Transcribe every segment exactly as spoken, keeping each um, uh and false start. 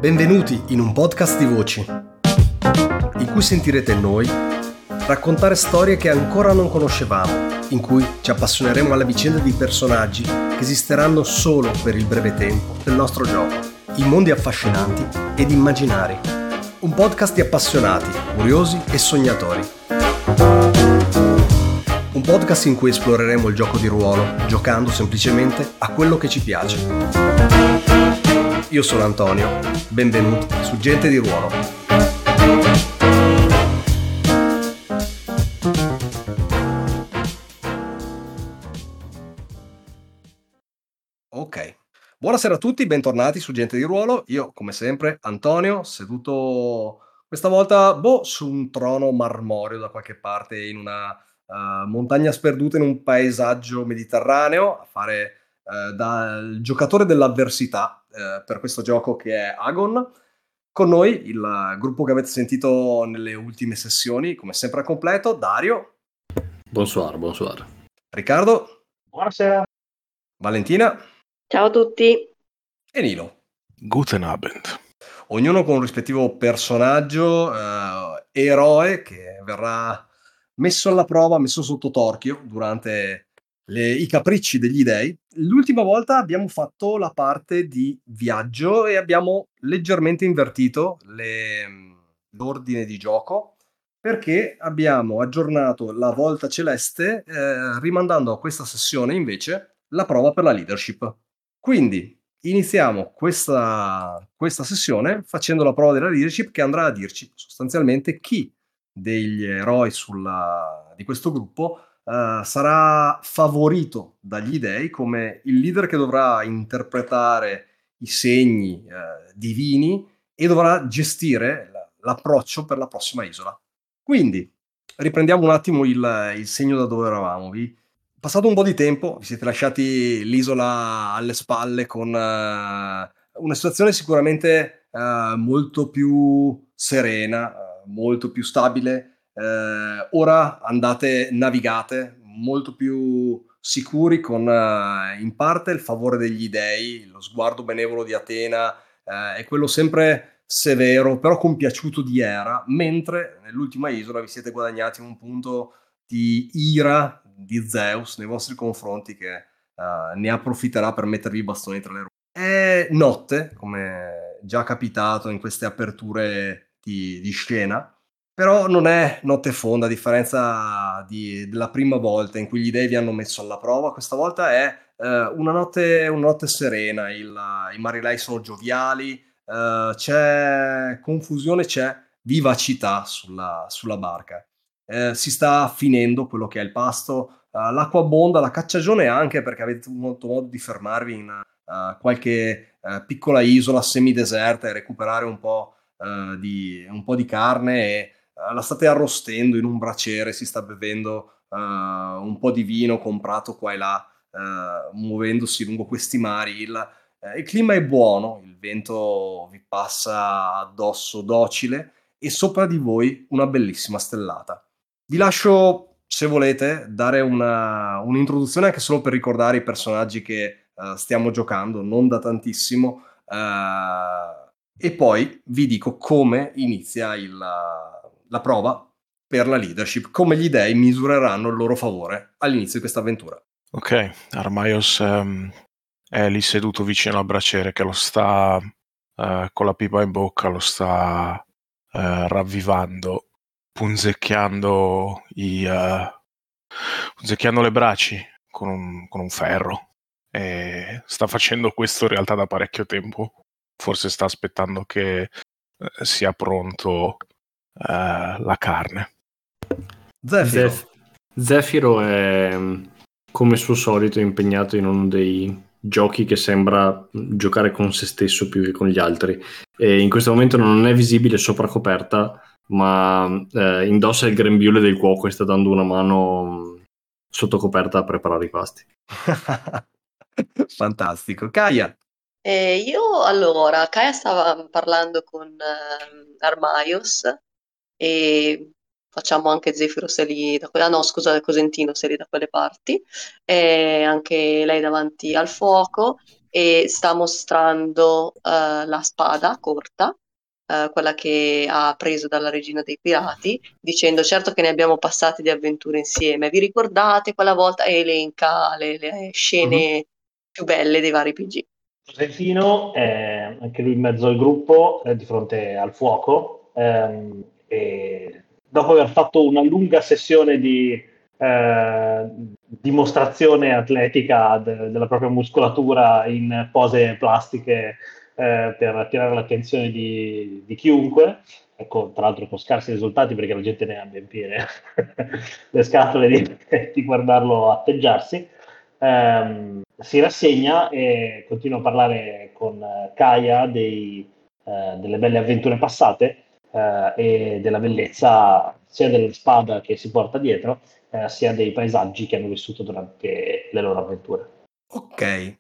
Benvenuti in un podcast di voci, in cui sentirete noi raccontare storie che ancora non conoscevamo, in cui ci appassioneremo alla vicenda di personaggi che esisteranno solo per il breve tempo del nostro gioco, in mondi affascinanti ed immaginari. Un podcast di appassionati, curiosi e sognatori. Un podcast in cui esploreremo il gioco di ruolo, giocando semplicemente a quello che ci piace. Io sono Antonio, benvenuti su Gente di Ruolo. Ok, buonasera a tutti, bentornati su Gente di Ruolo. Io, come sempre, Antonio, seduto questa volta boh, su un trono marmoreo da qualche parte in una uh, montagna sperduta in un paesaggio mediterraneo, a fare uh, da il giocatore dell'avversità uh, per questo gioco che è Agon. Con noi il gruppo che avete sentito nelle ultime sessioni, come sempre al completo, Dario. Bonsoir, bonsoir. Riccardo. Buonasera. Valentina. Ciao a tutti. E Nilo. Guten Abend. Ognuno con un rispettivo personaggio, eh, eroe, che verrà messo alla prova, messo sotto torchio durante le, i capricci degli dei. L'ultima volta abbiamo fatto la parte di viaggio e abbiamo leggermente invertito le, l'ordine di gioco, perché abbiamo aggiornato la volta celeste, eh, rimandando a questa sessione invece la prova per la leadership. Quindi iniziamo questa, questa sessione facendo la prova della leadership, che andrà a dirci sostanzialmente chi degli eroi sulla, di questo gruppo uh, sarà favorito dagli dei come il leader che dovrà interpretare i segni uh, divini e dovrà gestire l'approccio per la prossima isola. Quindi riprendiamo un attimo il, il segno da dove eravamo. Vi passato un po' di tempo, vi siete lasciati l'isola alle spalle con uh, una situazione sicuramente uh, molto più serena, uh, molto più stabile. Uh, ora andate, navigate molto più sicuri con uh, in parte il favore degli dei, lo sguardo benevolo di Atena uh, è quello sempre severo, però compiaciuto di Era, mentre nell'ultima isola vi siete guadagnati un punto di ira di Zeus nei vostri confronti, che uh, ne approfitterà per mettervi i bastoni tra le ruote. È notte, come già capitato in queste aperture di, di scena, però non è notte fonda, a differenza di, della prima volta in cui gli dei vi hanno messo alla prova. Questa volta è uh, una, notte, una notte serena, il, i marinai sono gioviali, uh, c'è confusione, c'è vivacità sulla, sulla barca. Eh, si sta finendo quello che è il pasto, uh, l'acqua abbonda, la cacciagione anche, perché avete molto modo di fermarvi in uh, qualche uh, piccola isola semideserta e recuperare un po', uh, di, un po' di carne e uh, la state arrostendo in un braciere, si sta bevendo uh, un po' di vino comprato qua e là, uh, muovendosi lungo questi mari. Il, uh, il clima è buono, il vento vi passa addosso docile e sopra di voi una bellissima stellata. Vi lascio, se volete, dare una, un'introduzione anche solo per ricordare i personaggi che uh, stiamo giocando, non da tantissimo, uh, e poi vi dico come inizia il, la prova per la leadership, come gli dei misureranno il loro favore all'inizio di questa avventura. Ok, Armaios um, è lì seduto vicino al braciere che lo sta, uh, con la pipa in bocca, lo sta uh, ravvivando, punzecchiando i uh, punzecchiando le braci con un, con un ferro, e sta facendo questo in realtà da parecchio tempo. Forse sta aspettando che uh, sia pronto uh, la carne. Zefiro. Zef- Zefiro è, come suo solito, impegnato in uno dei giochi che sembra giocare con se stesso più che con gli altri, e in questo momento non è visibile sopra coperta, ma eh, indossa il grembiule del cuoco e sta dando una mano sotto coperta a preparare i pasti. Fantastico. Kaia. Eh, io allora, Kaya stava parlando con eh, Armaios e facciamo anche Zefiro se lì da que- ah no, scusa, Cosentino se lì da quelle parti, e anche lei davanti al fuoco. e sta mostrando eh, la spada corta, eh, quella che ha preso dalla regina dei pirati, dicendo certo che ne abbiamo passate di avventure insieme, vi ricordate quella volta? E elenca le, le scene Mhm. più belle dei vari P G. Cosentino è anche lui in mezzo al gruppo, eh, di fronte al fuoco, ehm, e dopo aver fatto una lunga sessione di eh, dimostrazione atletica de- della propria muscolatura in pose plastiche eh, per attirare l'attenzione di, di chiunque, ecco, tra l'altro con scarsi risultati perché la gente ne ha ben piene le scatole di, di guardarlo atteggiarsi. Ehm, si rassegna e continua a parlare con eh, Kaya dei, eh, delle belle avventure passate eh, e della bellezza sia della spada che si porta dietro, eh, sia dei paesaggi che hanno vissuto durante le loro avventure. Ok,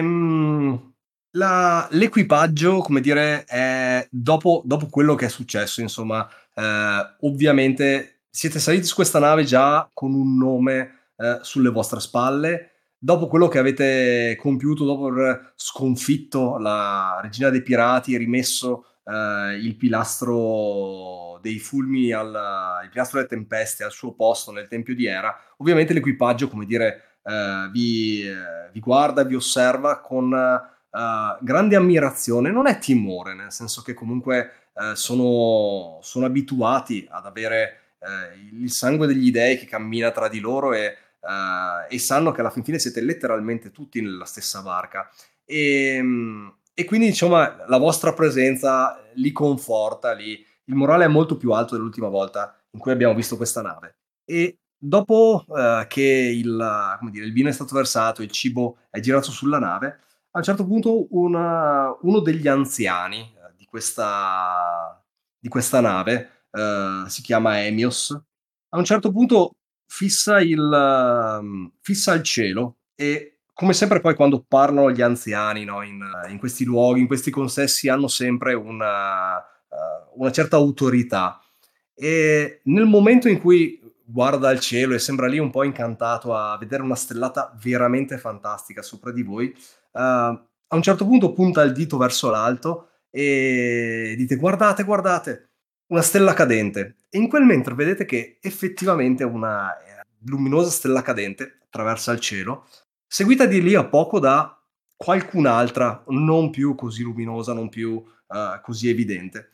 ehm, la- l'equipaggio, come dire, è dopo, dopo quello che è successo, insomma, eh, ovviamente siete saliti su questa nave già con un nome eh, sulle vostre spalle. Dopo quello che avete compiuto, dopo aver sconfitto la regina dei pirati e rimesso eh, il pilastro dei fulmini, al, il pilastro delle tempeste al suo posto nel tempio di Era, ovviamente l'equipaggio, come dire, eh, vi, eh, vi guarda, vi osserva con eh, grande ammirazione, non è timore, nel senso che comunque eh, sono, sono abituati ad avere eh, il sangue degli dei che cammina tra di loro e, eh, e sanno che alla fin fine siete letteralmente tutti nella stessa barca. E, e quindi insomma la vostra presenza li conforta, li, il morale è molto più alto dell'ultima volta in cui abbiamo visto questa nave. E dopo eh, che il, come dire, il vino è stato versato, il cibo è girato sulla nave, a un certo punto una- uno degli anziani eh, di questa, di questa nave, eh, si chiama Emios, a un certo punto fissa il, ehm, fissa il cielo e come sempre poi quando parlano gli anziani, no, in, in questi luoghi, in questi consessi, hanno sempre una, eh, una certa autorità. E nel momento in cui guarda il cielo e sembra lì un po' incantato a vedere una stellata veramente fantastica sopra di voi, eh, a un certo punto punta il dito verso l'alto e dite guardate, guardate, una stella cadente. E in quel mentre vedete che effettivamente una eh, luminosa stella cadente attraversa il cielo, seguita di lì a poco da qualcun'altra non più così luminosa, non più eh, così evidente.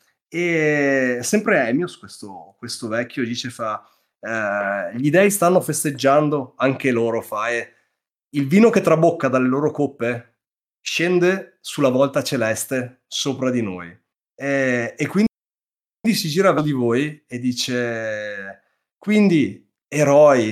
E sempre Emios, questo, questo vecchio, dice fa, eh, gli dei stanno festeggiando, anche loro fa, e il vino che trabocca dalle loro coppe scende sulla volta celeste sopra di noi. E, e quindi si gira verso di voi e dice, quindi, eroi,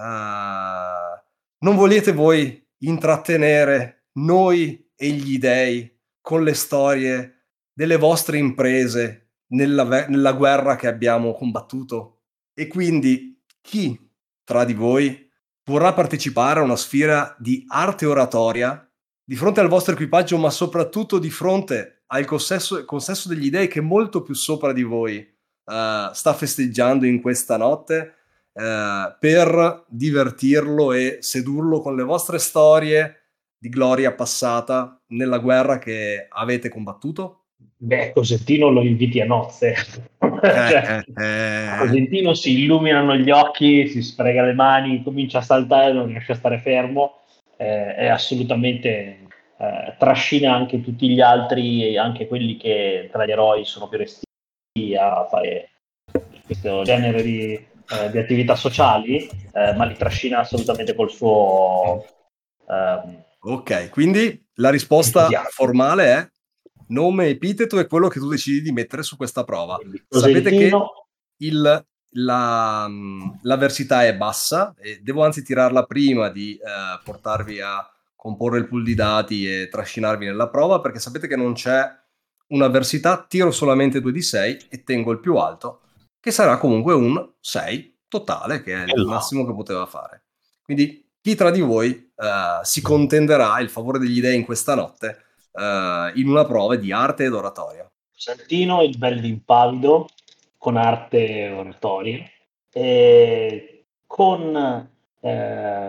eh, non volete voi intrattenere noi e gli dei con le storie delle vostre imprese nella, ve- nella guerra che abbiamo combattuto? E quindi chi tra di voi vorrà partecipare a una sfida di arte oratoria di fronte al vostro equipaggio, ma soprattutto di fronte al consesso, consesso degli dei che molto più sopra di voi eh, sta festeggiando in questa notte eh, per divertirlo e sedurlo con le vostre storie di gloria passata nella guerra che avete combattuto? Beh, Cosentino lo inviti a nozze. Eh, Cioè, eh, a eh. Cosentino si illuminano gli occhi, si sfrega le mani, comincia a saltare, non riesce a stare fermo, eh, è assolutamente eh, trascina anche tutti gli altri, anche quelli che tra gli eroi sono più restii a fare questo genere di, eh, di attività sociali, eh, ma li trascina assolutamente col suo ehm, Ok, quindi la risposta entusiasmo. formale è nome epiteto è quello che tu decidi di mettere su questa prova. Quindi Sapete che Cosentino, il, la, mh, l'avversità è bassa e devo anzi tirarla prima di eh, portarvi a comporre il pool di dati e trascinarvi nella prova, perché sapete che non c'è un'avversità, tiro solamente due di sei e tengo il più alto, che sarà comunque un sei totale, che è il Bello. massimo che poteva fare. Quindi chi tra di voi eh, si contenderà il favore degli dei in questa notte eh, in una prova di arte ed oratoria? Santino, il bell'impavido, con arte oratoria, e con eh,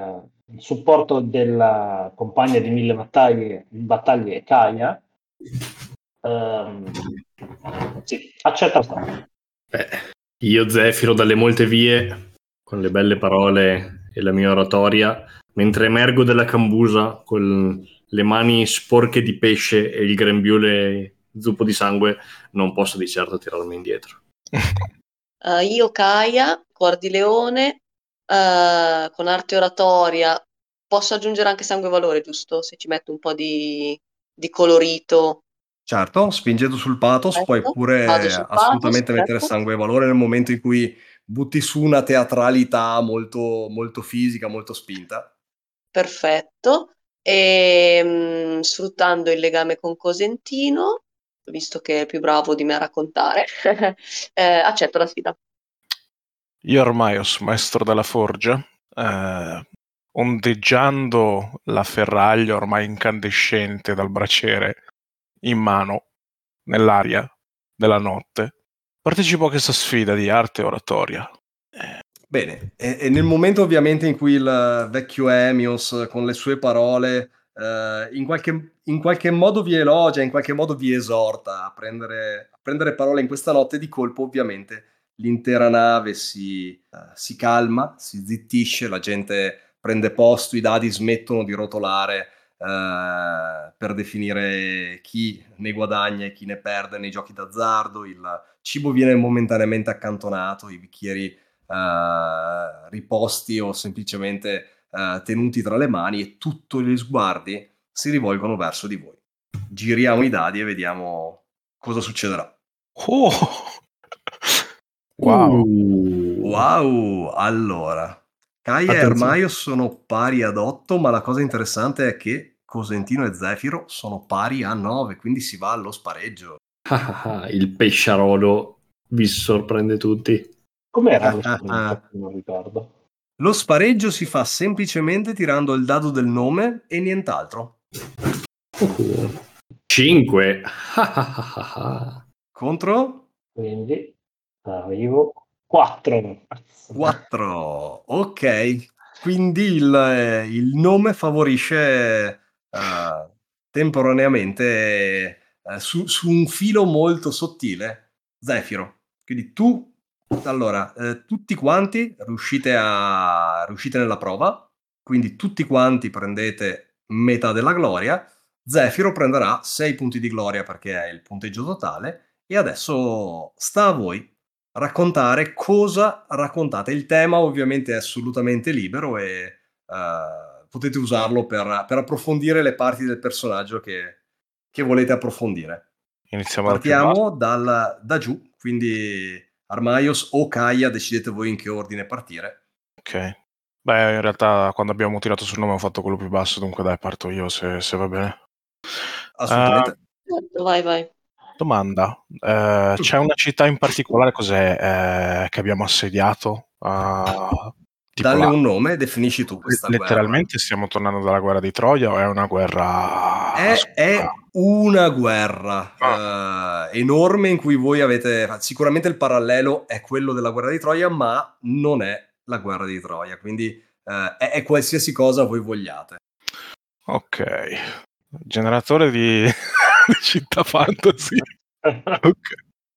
il supporto della compagna di mille battaglie, battaglie Kaya. Um, sì, accetta sta. Beh, io Zefiro dalle molte vie, con le belle parole e la mia oratoria, mentre emergo dalla cambusa con le mani sporche di pesce e il grembiule zuppo di sangue, non posso di certo tirarmi indietro. Uh, io Kaya, cuor di leone, uh, con arte oratoria, posso aggiungere anche sangue valore, giusto? Se ci metto un po' di, di colorito. Certo, spingendo sul pathos, Ecco, puoi vado pure sul assolutamente pathos, mettere certo. sangue e valore nel momento in cui butti su una teatralità molto, molto fisica, molto spinta. Perfetto. E mh, sfruttando il legame con Cosentino, visto che è il più bravo di me a raccontare, eh, accetto la sfida. Io Armaios, maestro della forgia, eh, ondeggiando la ferraglia ormai incandescente dal braciere in mano nell'aria della notte, partecipo a questa sfida di arte oratoria. Eh, Bene, e, e nel momento ovviamente in cui il vecchio Emios con le sue parole eh, in, qualche, in qualche modo vi elogia, in qualche modo vi esorta a prendere, a prendere parole in questa notte, di colpo ovviamente l'intera nave si, eh, si calma, si zittisce, la gente prende posto, i dadi smettono di rotolare eh, per definire chi ne guadagna e chi ne perde nei giochi d'azzardo, il cibo viene momentaneamente accantonato, i bicchieri Uh, riposti o semplicemente uh, tenuti tra le mani, e tutti gli sguardi si rivolgono verso di voi. Giriamo i dadi e vediamo cosa succederà. Oh! Wow! Uh. Wow! Allora, Kaya e Attenzione. Armaio sono pari ad otto, ma la cosa interessante è che Cosentino e Zefiro sono pari a nove, quindi si va allo spareggio. Il pesciarolo vi sorprende tutti. Com'era lo spareggio? Non ricordo. Lo spareggio si fa semplicemente tirando il dado del nome e nient'altro. cinque. Contro? Quindi arrivo quattro. quattro. Ok. Quindi il, eh, il nome favorisce eh, temporaneamente eh, su, su un filo molto sottile Zefiro. Quindi tu, allora, eh, tutti quanti riuscite, a, riuscite nella prova, quindi tutti quanti prendete metà della gloria. Zefiro prenderà sei punti di gloria perché è il punteggio totale, e adesso sta a voi raccontare cosa raccontate. Il tema ovviamente è assolutamente libero e uh, potete usarlo per, per approfondire le parti del personaggio che, che volete approfondire. Iniziamo dal più Partiamo dal, da giù, quindi Armaios o Kaya, decidete voi in che ordine partire. Ok. Beh, in realtà quando abbiamo tirato sul nome ho fatto quello più basso, dunque dai, parto io se, se va bene. Assolutamente. Uh, Vai, vai. domanda, uh, c'è una città in particolare cos'è eh, che abbiamo assediato? Uh, tipo Dalle la... un nome, definisci tu questa Letteralmente guerra. stiamo tornando dalla guerra di Troia o è una guerra... È, è una guerra ah. uh, enorme in cui voi avete... Sicuramente il parallelo è quello della guerra di Troia, ma non è la guerra di Troia, quindi uh, è, è qualsiasi cosa voi vogliate. Ok. Generatore di, di città fantasy. Ok.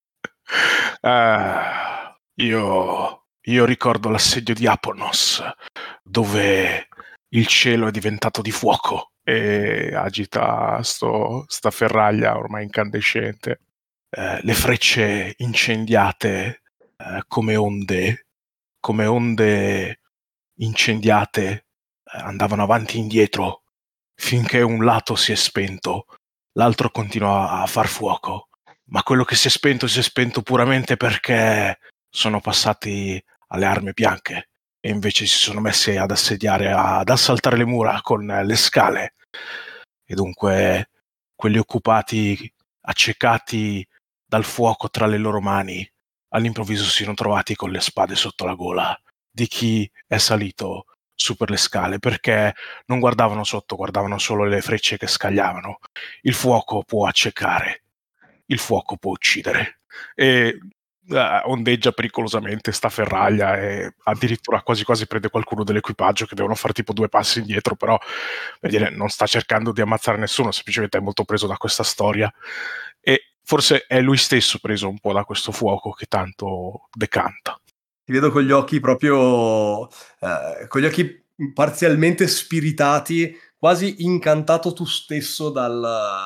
Uh, io, io ricordo l'assedio di Aponos, dove il cielo è diventato di fuoco e agita sto, sta ferraglia ormai incandescente. Eh, le frecce incendiate eh, come onde, come onde incendiate eh, andavano avanti e indietro finché un lato si è spento, l'altro continua a far fuoco. Ma quello che si è spento si è spento puramente perché sono passati alle armi bianche e invece si sono messi ad assediare, ad assaltare le mura con le scale. E dunque quelli occupati, accecati dal fuoco tra le loro mani, all'improvviso si sono trovati con le spade sotto la gola di chi è salito su per le scale, perché non guardavano sotto, guardavano solo le frecce che scagliavano. Il fuoco può accecare, il fuoco può uccidere. E eh, ondeggia pericolosamente, sta ferraglia e addirittura quasi quasi prende qualcuno dell'equipaggio che devono fare tipo due passi indietro, però per dire, non sta cercando di ammazzare nessuno, semplicemente è molto preso da questa storia e forse è lui stesso preso un po' da questo fuoco che tanto decanta. Ti vedo con gli occhi proprio eh, con gli occhi parzialmente spiritati, quasi incantato tu stesso dal,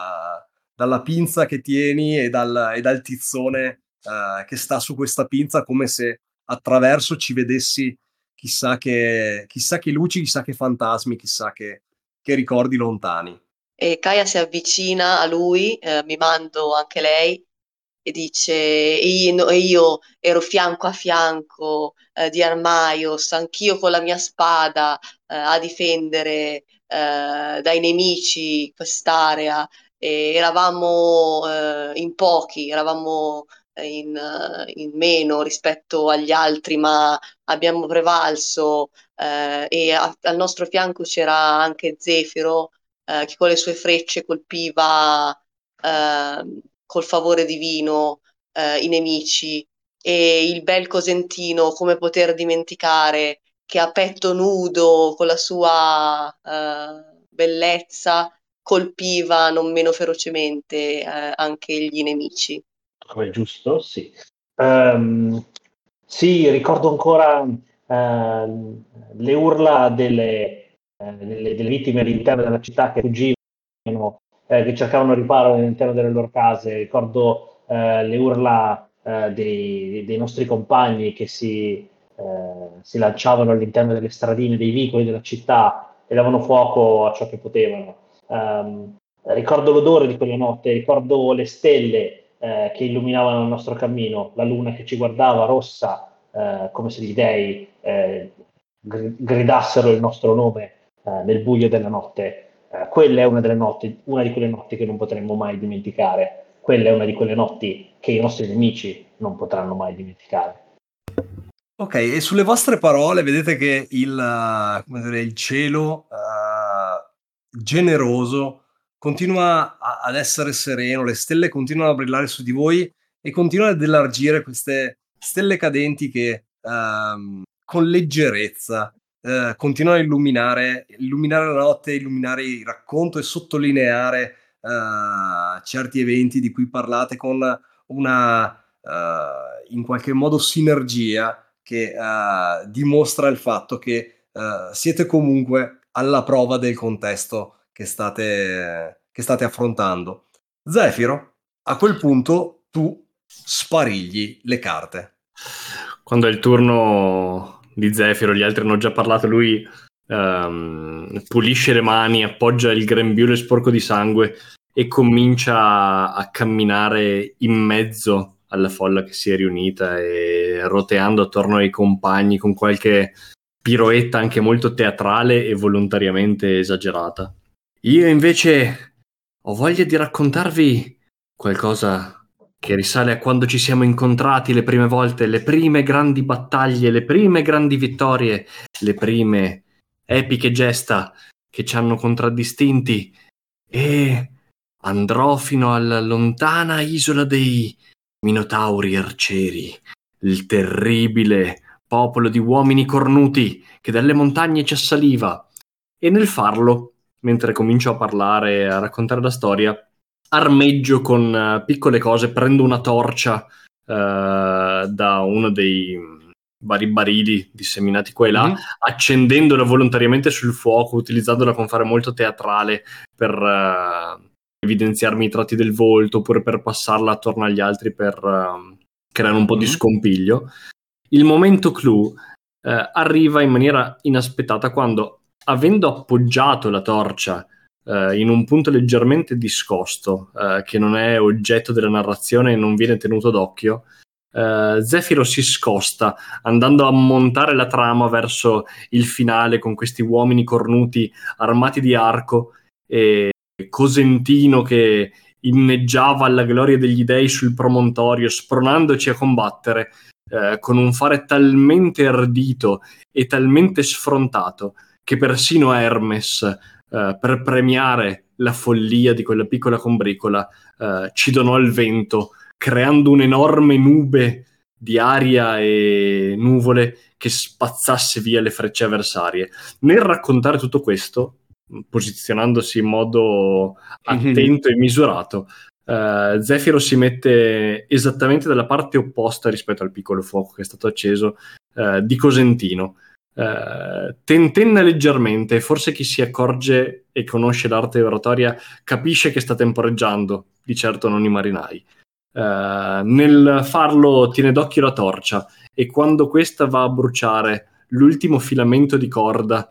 dalla pinza che tieni e dal, e dal tizzone eh, che sta su questa pinza, come se attraverso ci vedessi chissà che, chissà che luci, chissà che fantasmi, chissà che, che ricordi lontani. E Kaya si avvicina a lui, eh, mimando anche lei, e dice: e io, e io ero fianco a fianco eh, di Armaios, anch'io con la mia spada eh, a difendere eh, dai nemici quest'area. E eravamo eh, in pochi, eravamo in, eh, in meno rispetto agli altri, ma abbiamo prevalso eh, e a- al nostro fianco c'era anche Zefiro eh, che con le sue frecce colpiva eh, col favore divino eh, i nemici, e il bel Cosentino, come poter dimenticare, che a petto nudo, con la sua eh, bellezza, colpiva non meno ferocemente eh, anche gli nemici. Come è giusto, sì. Ehm, sì, ricordo ancora ehm, le urla delle, eh, delle, delle vittime all'interno della città che fuggivano, eh, che cercavano riparo all'interno delle loro case. Ricordo eh, le urla eh, dei, dei nostri compagni che si, eh, si lanciavano all'interno delle stradine, dei vicoli della città e davano fuoco a ciò che potevano. Ehm, ricordo l'odore di quella notte, ricordo le stelle eh, che illuminavano il nostro cammino, la luna che ci guardava rossa, eh, come se gli dei eh, gr- gridassero il nostro nome eh, nel buio della notte. Eh, quella è una delle notti, una di quelle notti che non potremmo mai dimenticare. Quella è una di quelle notti che i nostri nemici non potranno mai dimenticare. Ok, e sulle vostre parole vedete che il, uh, come dire, il cielo uh, generoso continua a- ad essere sereno, le stelle continuano a brillare su di voi e continuano ad elargire queste stelle cadenti che ehm, con leggerezza eh, continuano a illuminare, illuminare la notte, illuminare il racconto e sottolineare eh, certi eventi di cui parlate con una eh, in qualche modo sinergia che uh, dimostra il fatto che uh, siete comunque alla prova del contesto che state, che state affrontando. Zefiro, a quel punto tu sparigli le carte. Quando è il turno di Zefiro, gli altri hanno già parlato, lui um, pulisce le mani, appoggia il grembiule sporco di sangue e comincia a camminare in mezzo alla folla che si è riunita e roteando attorno ai compagni con qualche piroetta anche molto teatrale e volontariamente esagerata. Io invece ho voglia di raccontarvi qualcosa che risale a quando ci siamo incontrati le prime volte, le prime grandi battaglie, le prime grandi vittorie, le prime epiche gesta che ci hanno contraddistinti, e andrò fino alla lontana isola dei Minotauri arcieri, il terribile popolo di uomini cornuti che dalle montagne ci assaliva. E nel farlo, mentre comincio a parlare e a raccontare la storia, armeggio con uh, piccole cose, prendo una torcia uh, da uno dei vari barili disseminati qua e là, mm-hmm. accendendola volontariamente sul fuoco, utilizzandola con fare molto teatrale per uh, evidenziarmi i tratti del volto, oppure per passarla attorno agli altri per uh, creare un po' mm-hmm. di scompiglio. Il momento clou uh, arriva in maniera inaspettata quando, avendo appoggiato la torcia uh, in un punto leggermente discosto, uh, che non è oggetto della narrazione e non viene tenuto d'occhio, uh, Zefiro si scosta, andando a montare la trama verso il finale con questi uomini cornuti armati di arco e Cosentino che inneggiava alla gloria degli dei sul promontorio, spronandoci a combattere eh, con un fare talmente ardito e talmente sfrontato che persino Hermes, eh, per premiare la follia di quella piccola combricola, eh, ci donò il vento, creando un'enorme nube di aria e nuvole che spazzasse via le frecce avversarie. Nel raccontare tutto questo, posizionandosi in modo attento e misurato, uh, Zefiro si mette esattamente dalla parte opposta rispetto al piccolo fuoco che è stato acceso uh, di Cosentino. Uh, tentenna leggermente, forse chi si accorge e conosce l'arte oratoria capisce che sta temporeggiando, di certo non i marinai. Uh, nel farlo tiene d'occhio la torcia e quando questa va a bruciare l'ultimo filamento di corda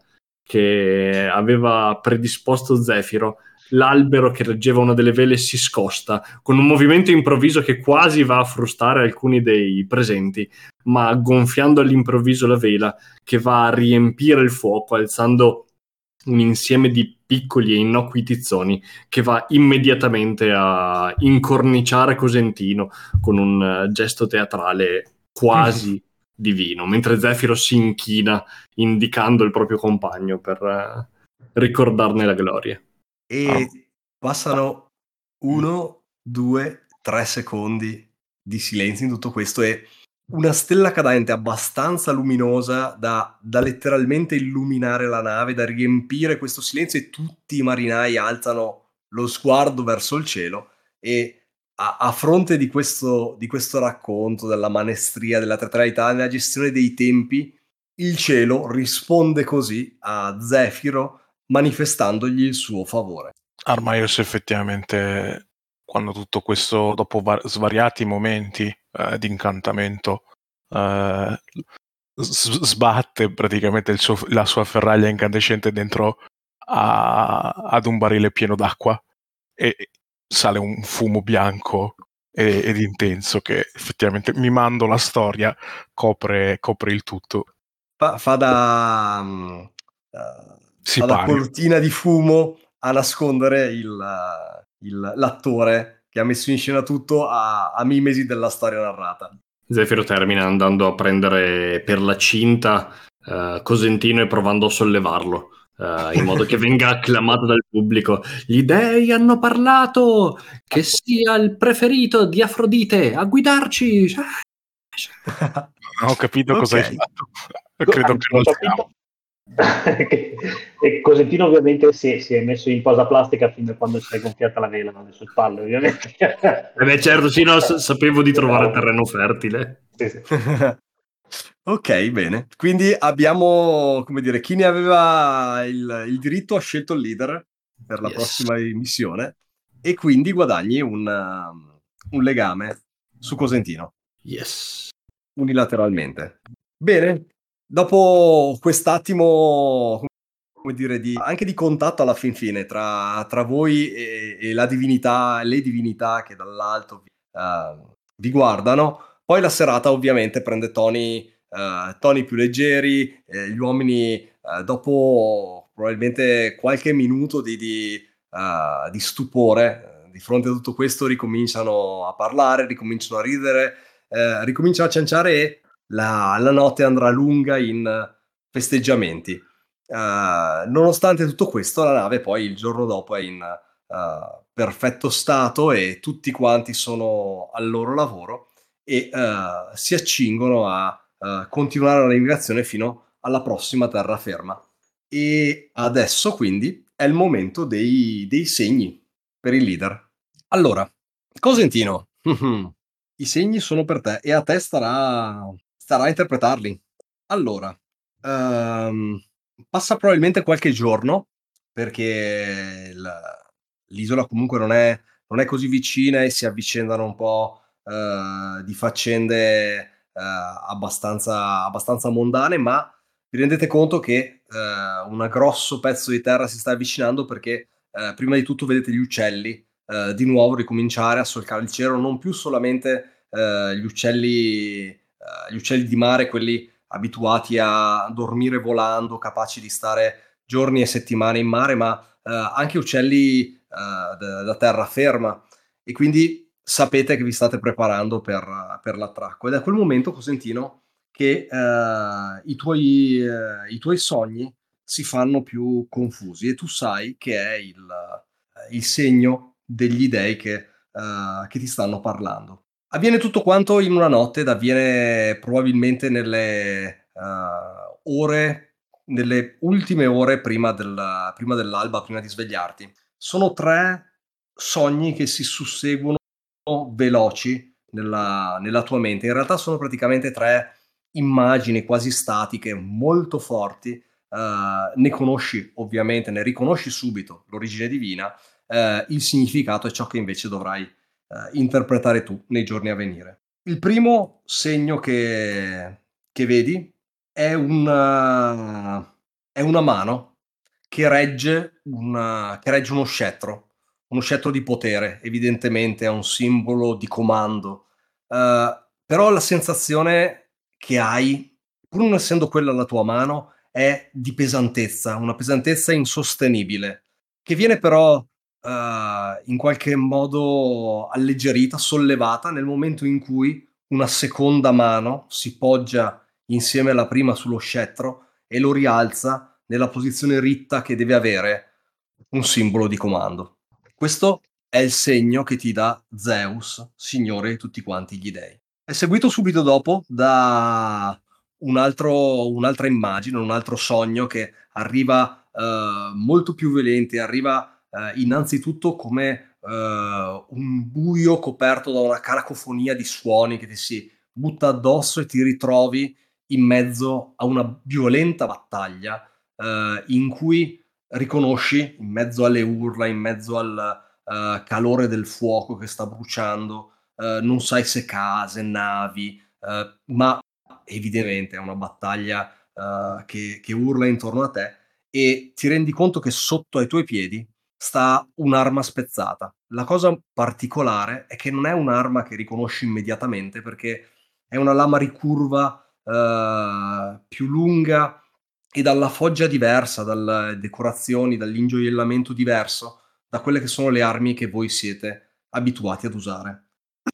che aveva predisposto Zefiro, l'albero che reggeva una delle vele si scosta con un movimento improvviso che quasi va a frustare alcuni dei presenti, ma gonfiando all'improvviso la vela che va a riempire il fuoco, alzando un insieme di piccoli e innocui tizzoni che va immediatamente a incorniciare Cosentino con un gesto teatrale quasi divino, mentre Zefiro si inchina indicando il proprio compagno per uh, ricordarne la gloria. E ah. passano uno, due, tre secondi di silenzio in tutto questo e una stella cadente abbastanza luminosa da, da letteralmente illuminare la nave, da riempire questo silenzio, e tutti i marinai alzano lo sguardo verso il cielo e a, a fronte di questo, di questo racconto della maestria, della teatralità, della gestione dei tempi, il cielo risponde così a Zefiro manifestandogli il suo favore. Armaios effettivamente, quando tutto questo, dopo var- svariati momenti eh, di incantamento, eh, s- sbatte praticamente il suo, la sua ferraglia incandescente dentro a, ad un barile pieno d'acqua e sale un fumo bianco ed, ed intenso che effettivamente, mimando la storia, copre, copre il tutto. Fa, fa da... Um, uh, si fa da cortina di fumo a nascondere il, il, l'attore che ha messo in scena tutto a, a mimesi della storia narrata. Zefiro termina andando a prendere per la cinta uh, Cosentino e provando a sollevarlo uh, in modo che venga acclamato dal pubblico. Gli dei hanno parlato, che sia il preferito di Afrodite a guidarci. Non ho capito okay. cosa hai fatto. Credo ah, che non capito. E Cosentino ovviamente si, si è messo in posa plastica fin da quando si è gonfiata la vela nelle spalle, ovviamente. Eh beh, certo, sì, no, sapevo di trovare terreno fertile. Sì, sì. Ok, bene. Quindi abbiamo, come dire, chi ne aveva il, il diritto ha scelto il leader per la yes. prossima missione e quindi guadagni un, um, un legame su Cosentino. Yes. Unilateralmente. Bene. Dopo quest'attimo, come dire, di, anche di contatto alla fin fine tra, tra voi e, e la divinità, le divinità che dall'alto vi, uh, vi guardano, poi la serata ovviamente prende toni, uh, toni più leggeri, eh, gli uomini uh, dopo probabilmente qualche minuto di, di, uh, di stupore uh, di fronte a tutto questo ricominciano a parlare, ricominciano a ridere, uh, ricominciano a cianciare e La, la notte andrà lunga in festeggiamenti. Uh, nonostante tutto questo, la nave poi il giorno dopo è in uh, perfetto stato e tutti quanti sono al loro lavoro e uh, si accingono a uh, continuare la navigazione fino alla prossima terraferma. E adesso quindi è il momento dei, dei segni per il leader. Allora, Cosentino, i segni sono per te e a te starà starà a interpretarli. Allora, um, passa probabilmente qualche giorno, perché la, l'isola comunque non è, non è così vicina e si avvicendano un po' uh, di faccende uh, abbastanza, abbastanza mondane, ma vi rendete conto che uh, un grosso pezzo di terra si sta avvicinando perché uh, prima di tutto vedete gli uccelli uh, di nuovo ricominciare a solcare il cielo, non più solamente uh, gli uccelli Uh, gli uccelli di mare, quelli abituati a dormire volando, capaci di stare giorni e settimane in mare, ma uh, anche uccelli uh, da, da terraferma. E quindi sapete che vi state preparando per, uh, per l'attracco. Ed è a quel momento, Cosentino, che uh, i, tuoi, uh, i tuoi sogni si fanno più confusi e tu sai che è il, uh, il segno degli dei che, uh, che ti stanno parlando. Avviene tutto quanto in una notte ed avviene probabilmente nelle uh, ore, nelle ultime ore prima, del, prima dell'alba, prima di svegliarti. Sono tre sogni che si susseguono veloci nella, nella tua mente. In realtà sono praticamente tre immagini quasi statiche, molto forti. Uh, ne conosci ovviamente, ne riconosci subito l'origine divina, uh, il significato è ciò che invece dovrai Uh, interpretare tu nei giorni a venire. Il primo segno che, che vedi è una, è una mano che regge, una, che regge uno scettro, uno scettro di potere, evidentemente è un simbolo di comando, uh, però la sensazione che hai, pur non essendo quella la tua mano, è di pesantezza, una pesantezza insostenibile, che viene però Uh, in qualche modo alleggerita, sollevata nel momento in cui una seconda mano si poggia insieme alla prima sullo scettro e lo rialza nella posizione ritta che deve avere un simbolo di comando. Questo è il segno che ti dà Zeus, signore di tutti quanti gli dei. È seguito subito dopo da un altro, un'altra immagine, un altro sogno che arriva uh, molto più violento, arriva Uh, innanzitutto come uh, un buio coperto da una cacofonia di suoni che ti si butta addosso e ti ritrovi in mezzo a una violenta battaglia uh, in cui riconosci, in mezzo alle urla, in mezzo al uh, calore del fuoco che sta bruciando, uh, non sai se case, navi, uh, ma evidentemente è una battaglia uh, che, che urla intorno a te e ti rendi conto che sotto ai tuoi piedi sta un'arma spezzata. La cosa particolare è che non è un'arma che riconosci immediatamente perché è una lama ricurva eh, più lunga e dalla foggia diversa, dalle decorazioni, dall'ingioiellamento diverso da quelle che sono le armi che voi siete abituati ad usare.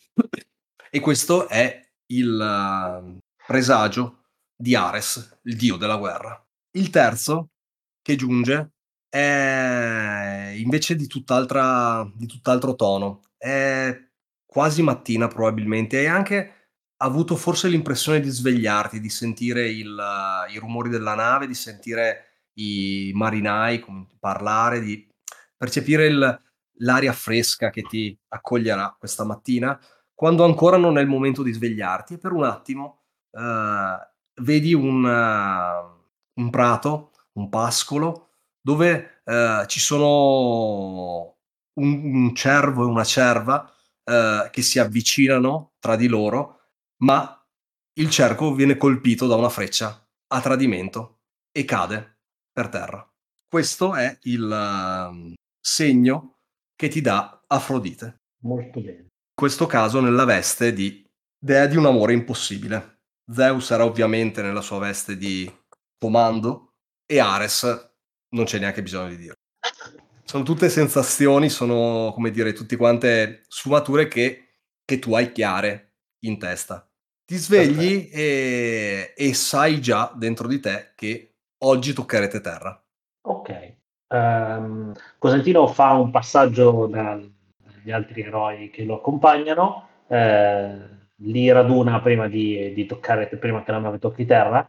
E questo è il uh, presagio di Ares, il dio della guerra. Il terzo che giunge è invece di tutt'altra, di tutt'altro tono. È quasi mattina probabilmente. Hai anche avuto forse l'impressione di svegliarti, di sentire il, uh, i rumori della nave, di sentire i marinai parlare, di percepire il, l'aria fresca che ti accoglierà questa mattina, quando ancora non è il momento di svegliarti. E per un attimo uh, vedi un, uh, un prato, un pascolo, dove uh, ci sono un, un cervo e una cerva uh, che si avvicinano tra di loro, ma il cervo viene colpito da una freccia a tradimento e cade per terra. Questo è il uh, segno che ti dà Afrodite. Molto bene. In questo caso nella veste di dea di un amore impossibile. Zeus era ovviamente nella sua veste di comando e Ares non c'è neanche bisogno di dire. Sono tutte sensazioni, sono, come dire, tutte quante sfumature che, che tu hai chiare in testa. Ti svegli e, e sai già dentro di te che oggi toccherete terra. Ok. Um, Cosentino fa un passaggio dagli altri eroi che lo accompagnano, eh, li raduna prima di, di toccare, prima che la nave tocchi terra,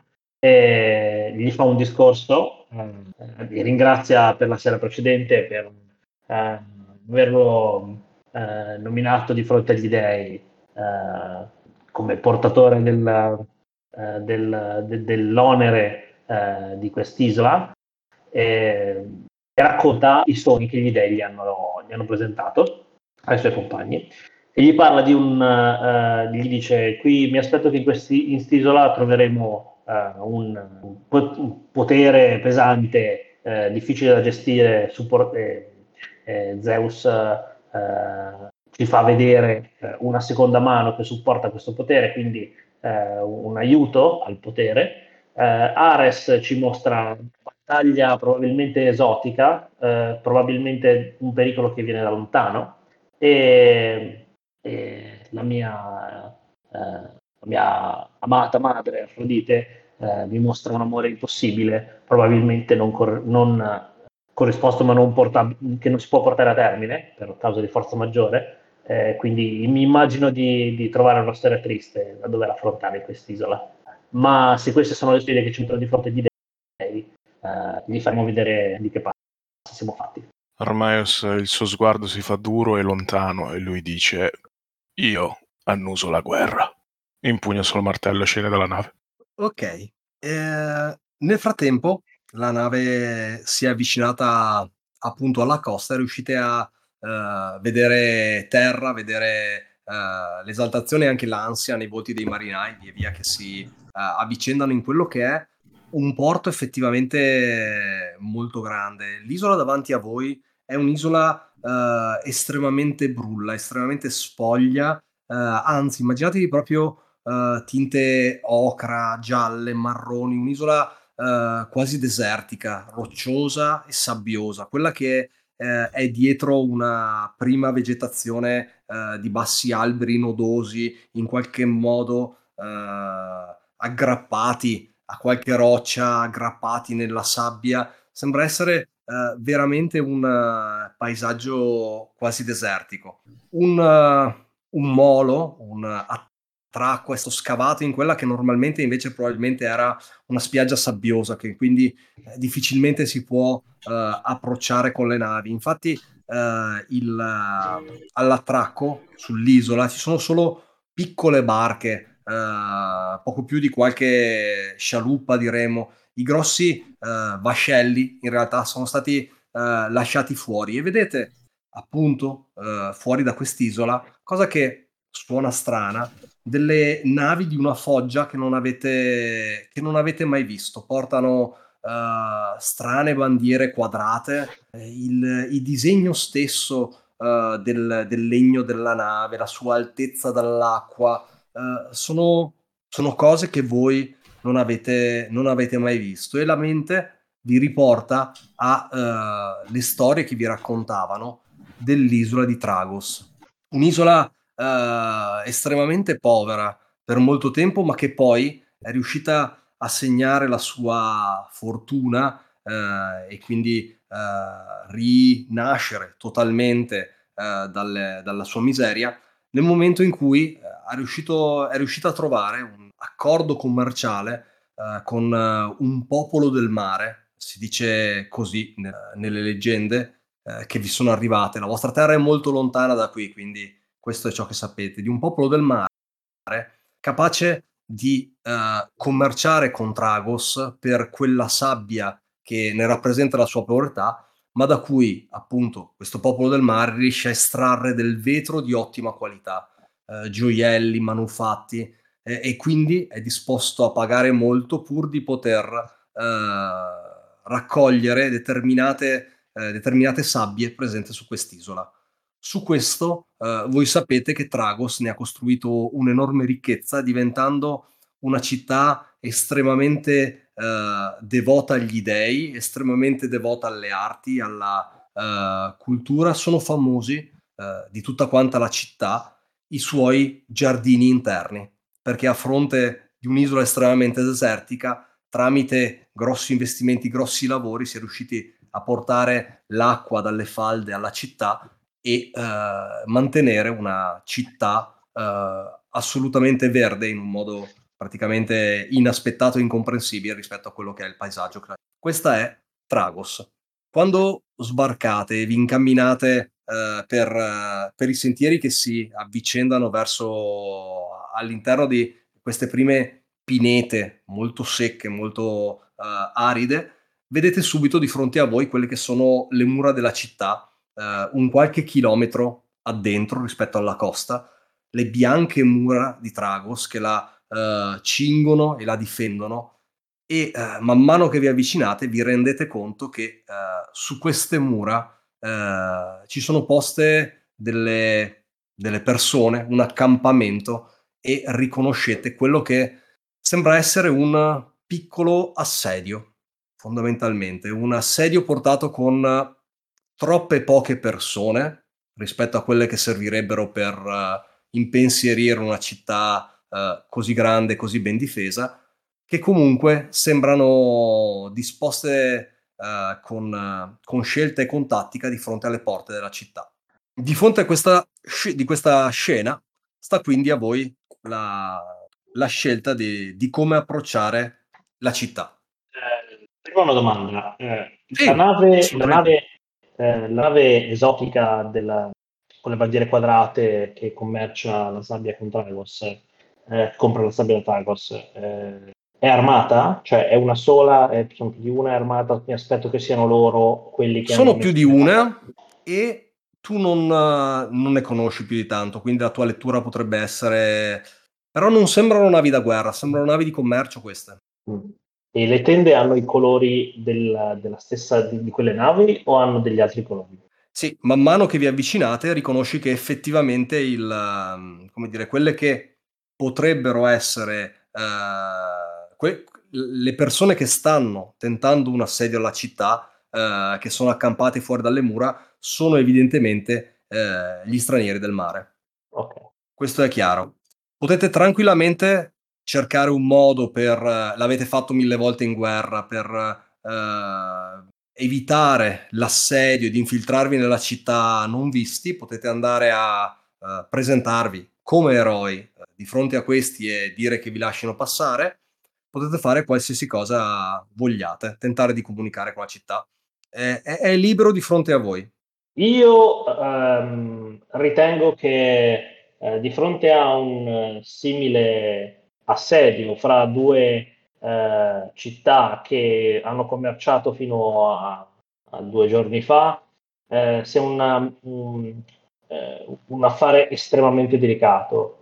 e gli fa un discorso, eh, li ringrazia per la sera precedente, per eh, averlo eh, nominato di fronte agli dei eh, come portatore del, eh, del, de, dell'onere eh, di quest'isola. E, e racconta i sogni che gli dei gli hanno, gli hanno presentato ai suoi compagni e gli parla di un uh, gli dice: qui mi aspetto che in quest'isola troveremo uh, un, un potere pesante, uh, difficile da gestire, support- eh, eh, Zeus uh, ci fa vedere uh, una seconda mano che supporta questo potere, quindi uh, un aiuto al potere. Uh, Ares ci mostra battaglia probabilmente esotica, eh, probabilmente un pericolo che viene da lontano, e, e la, mia, eh, la mia amata madre Afrodite eh, mi mostra un amore impossibile, probabilmente non, cor- non corrisposto, ma non porta- che non si può portare a termine per causa di forza maggiore, Eh, quindi mi immagino di, di trovare una storia triste da dover affrontare quest'isola. Ma se queste sono le sfide che ci mettono di fronte gli dei, eh, gli faremo vedere di che passa siamo fatti. Armaios, il suo sguardo si fa duro e lontano e lui dice: io annuso la guerra. Impugna sul martello e scende dalla nave. Ok. Eh, nel frattempo la nave si è avvicinata appunto alla costa e riuscite a eh, vedere terra, vedere eh, l'esaltazione e anche l'ansia nei volti dei marinai via via che si eh, avvicendano in quello che è un porto effettivamente molto grande. L'isola davanti a voi è un'isola eh, estremamente brulla, estremamente spoglia, eh, anzi immaginatevi proprio Uh, tinte ocra, gialle, marroni, un'isola uh, quasi desertica, rocciosa e sabbiosa, quella che uh, è dietro una prima vegetazione uh, di bassi alberi nodosi, in qualche modo uh, aggrappati a qualche roccia, aggrappati nella sabbia. Sembra essere uh, veramente un uh, paesaggio quasi desertico. Un, uh, un molo, un attrezzo tra questo scavato in quella che normalmente invece probabilmente era una spiaggia sabbiosa, che quindi eh, difficilmente si può eh, approcciare con le navi. Infatti eh, il, eh, all'attracco sull'isola ci sono solo piccole barche, eh, poco più di qualche scialuppa diremo. I grossi eh, vascelli in realtà sono stati eh, lasciati fuori e vedete appunto eh, fuori da quest'isola, cosa che suona strana, delle navi di una foggia che non avete, che non avete mai visto. Portano uh, strane bandiere quadrate, eh, il, il disegno stesso uh, del, del legno della nave, la sua altezza dall'acqua, uh, sono, sono cose che voi non avete, non avete mai visto e la mente vi riporta alle uh, storie che vi raccontavano dell'isola di Tragos. Un'isola Uh, estremamente povera per molto tempo, ma che poi è riuscita a segnare la sua fortuna uh, e quindi uh, rinascere totalmente uh, dalle, dalla sua miseria nel momento in cui uh, è, riuscito, è riuscita a trovare un accordo commerciale uh, con uh, un popolo del mare, si dice così ne, nelle leggende uh, che vi sono arrivate. La vostra terra è molto lontana da qui, quindi questo è ciò che sapete, di un popolo del mare capace di uh, commerciare con Tragos per quella sabbia che ne rappresenta la sua povertà, ma da cui appunto questo popolo del mare riesce a estrarre del vetro di ottima qualità, uh, gioielli, manufatti, eh, e quindi è disposto a pagare molto pur di poter uh, raccogliere determinate, uh, determinate sabbie presenti su quest'isola. Su questo eh, voi sapete che Tragos ne ha costruito un'enorme ricchezza, diventando una città estremamente eh, devota agli dei, estremamente devota alle arti, alla eh, cultura. Sono famosi eh, di tutta quanta la città i suoi giardini interni, perché a fronte di un'isola estremamente desertica, tramite grossi investimenti, grossi lavori, si è riusciti a portare l'acqua dalle falde alla città e uh, mantenere una città uh, assolutamente verde in un modo praticamente inaspettato e incomprensibile rispetto a quello che è il paesaggio. Questa è Tragos. Quando sbarcate e vi incamminate uh, per, uh, per i sentieri che si avvicendano verso all'interno di queste prime pinete molto secche, molto uh, aride, vedete subito di fronte a voi quelle che sono le mura della città, Uh, un qualche chilometro addentro rispetto alla costa, le bianche mura di Tragos che la uh, cingono e la difendono e uh, man mano che vi avvicinate vi rendete conto che uh, su queste mura uh, ci sono poste delle, delle persone, un accampamento e riconoscete quello che sembra essere un piccolo assedio, fondamentalmente, un assedio portato con troppe poche persone rispetto a quelle che servirebbero per uh, impensierire una città uh, così grande, così ben difesa, che comunque sembrano disposte uh, con, uh, con scelta e con tattica di fronte alle porte della città. Di fronte a questa sc- di questa scena sta quindi a voi la, la scelta di, di come approcciare la città. Eh, prima una domanda. Eh, la Sì, nave, la assolutamente. nave, eh, la nave esotica della- con le bandiere quadrate che commercia la sabbia con Tragos, eh, compra la sabbia da Tragos, eh, è armata? Cioè è una sola, è, sono più di una è armata? Mi aspetto che siano loro quelli che hanno Sono più messo di le una armi. e tu non, eh, non ne conosci più di tanto, quindi la tua lettura potrebbe essere... Però non sembrano navi da guerra, sembrano navi di commercio queste. Mm. E le tende hanno i colori del- della stessa di, di quelle navi o hanno degli altri colori? Sì, man mano che vi avvicinate riconosci che effettivamente il, ehm, come dire, quelle che potrebbero essere eh, que- le persone che stanno tentando un assedio alla città, eh, che sono accampate fuori dalle mura, sono evidentemente eh, gli stranieri del mare. Ok. Questo è chiaro. Potete tranquillamente cercare un modo per, eh, l'avete fatto mille volte in guerra, per eh, evitare l'assedio ed infiltrarvi nella città non visti. Potete andare a eh, presentarvi come eroi eh, di fronte a questi e dire che vi lasciano passare. Potete fare qualsiasi cosa vogliate, tentare di comunicare con la città. È, è- è libero di fronte a voi. Io ehm, ritengo che eh, di fronte a un eh, simile assedio fra due eh, città che hanno commerciato fino a, a due giorni fa, eh, sia una- un, eh, un affare estremamente delicato.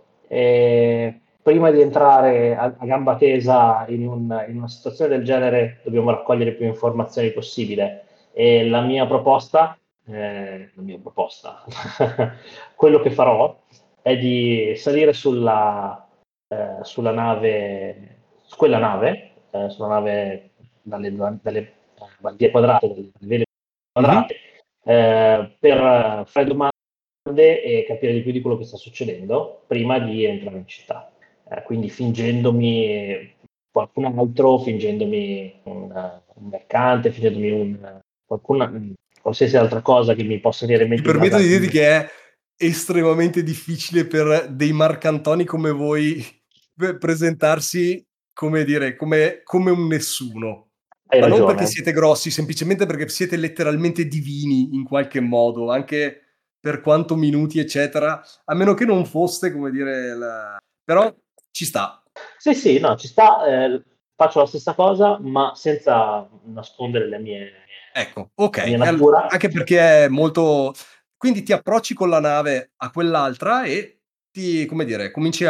E prima di entrare a, a gamba tesa in, un- in una situazione del genere, dobbiamo raccogliere più informazioni possibile. E la mia proposta eh, la mia proposta. Quello che farò è di salire sulla, eh, sulla nave, su quella nave, eh, sulla nave dalle, dalle bandiere quadrate, dalle vele Mhm. quadrate, eh, per fare domande e capire di più di quello che sta succedendo prima di entrare in città. Eh, quindi fingendomi qualcun altro, fingendomi un, un mercante, fingendomi un, qualcuna, qualsiasi altra cosa che mi possa venire in Mi mente in base permetto al di dirti film. che è estremamente difficile per dei marcantoni come voi pe- presentarsi, come dire, come, come un nessuno. Hai Ma non perché ragione. siete grossi, semplicemente perché siete letteralmente divini in qualche modo, anche per quanto minuti, eccetera, a meno che non foste, come dire, la... però ci sta. Sì, sì, no, ci sta, eh, faccio la stessa cosa, ma senza nascondere le mie, Ecco, ok, la mia e al- natura. anche perché è molto... Quindi ti approcci con la nave a quell'altra e ti, come dire, cominci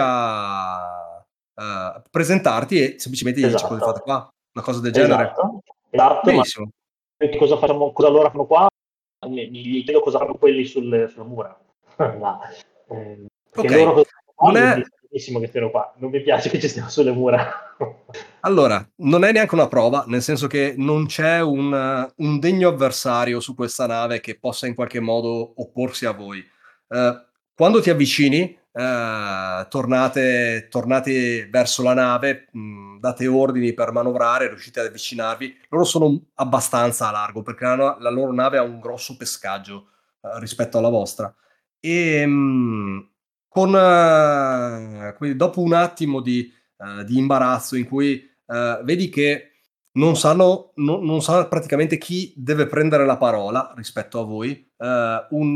a eh, presentarti e semplicemente gli dici cosa fate Esatto, qua, una cosa del genere. esatto, esatto, ma Benissimo. che cosa facciamo, cosa loro fanno qua? Mi, mi chiedo cosa fanno quelli sulle, sulla mura. No, eh, perché Ok, loro cosa fanno qua? non Io è... mi benissimo che stiano qua, non mi piace che ci stiamo sulle mura. Allora, non è neanche una prova, nel senso che non c'è un, un degno avversario su questa nave che possa in qualche modo opporsi a voi. Eh, quando ti avvicini, eh, tornate, tornate verso la nave, mh, date ordini per manovrare, riuscite ad avvicinarvi. Loro sono abbastanza a largo perché la, la loro nave ha un grosso pescaggio eh, rispetto alla vostra. E mh, con, eh, quindi dopo un attimo di, eh, di imbarazzo in cui eh, vedi che non sanno, non, non sa praticamente chi deve prendere la parola rispetto a voi. Eh, un,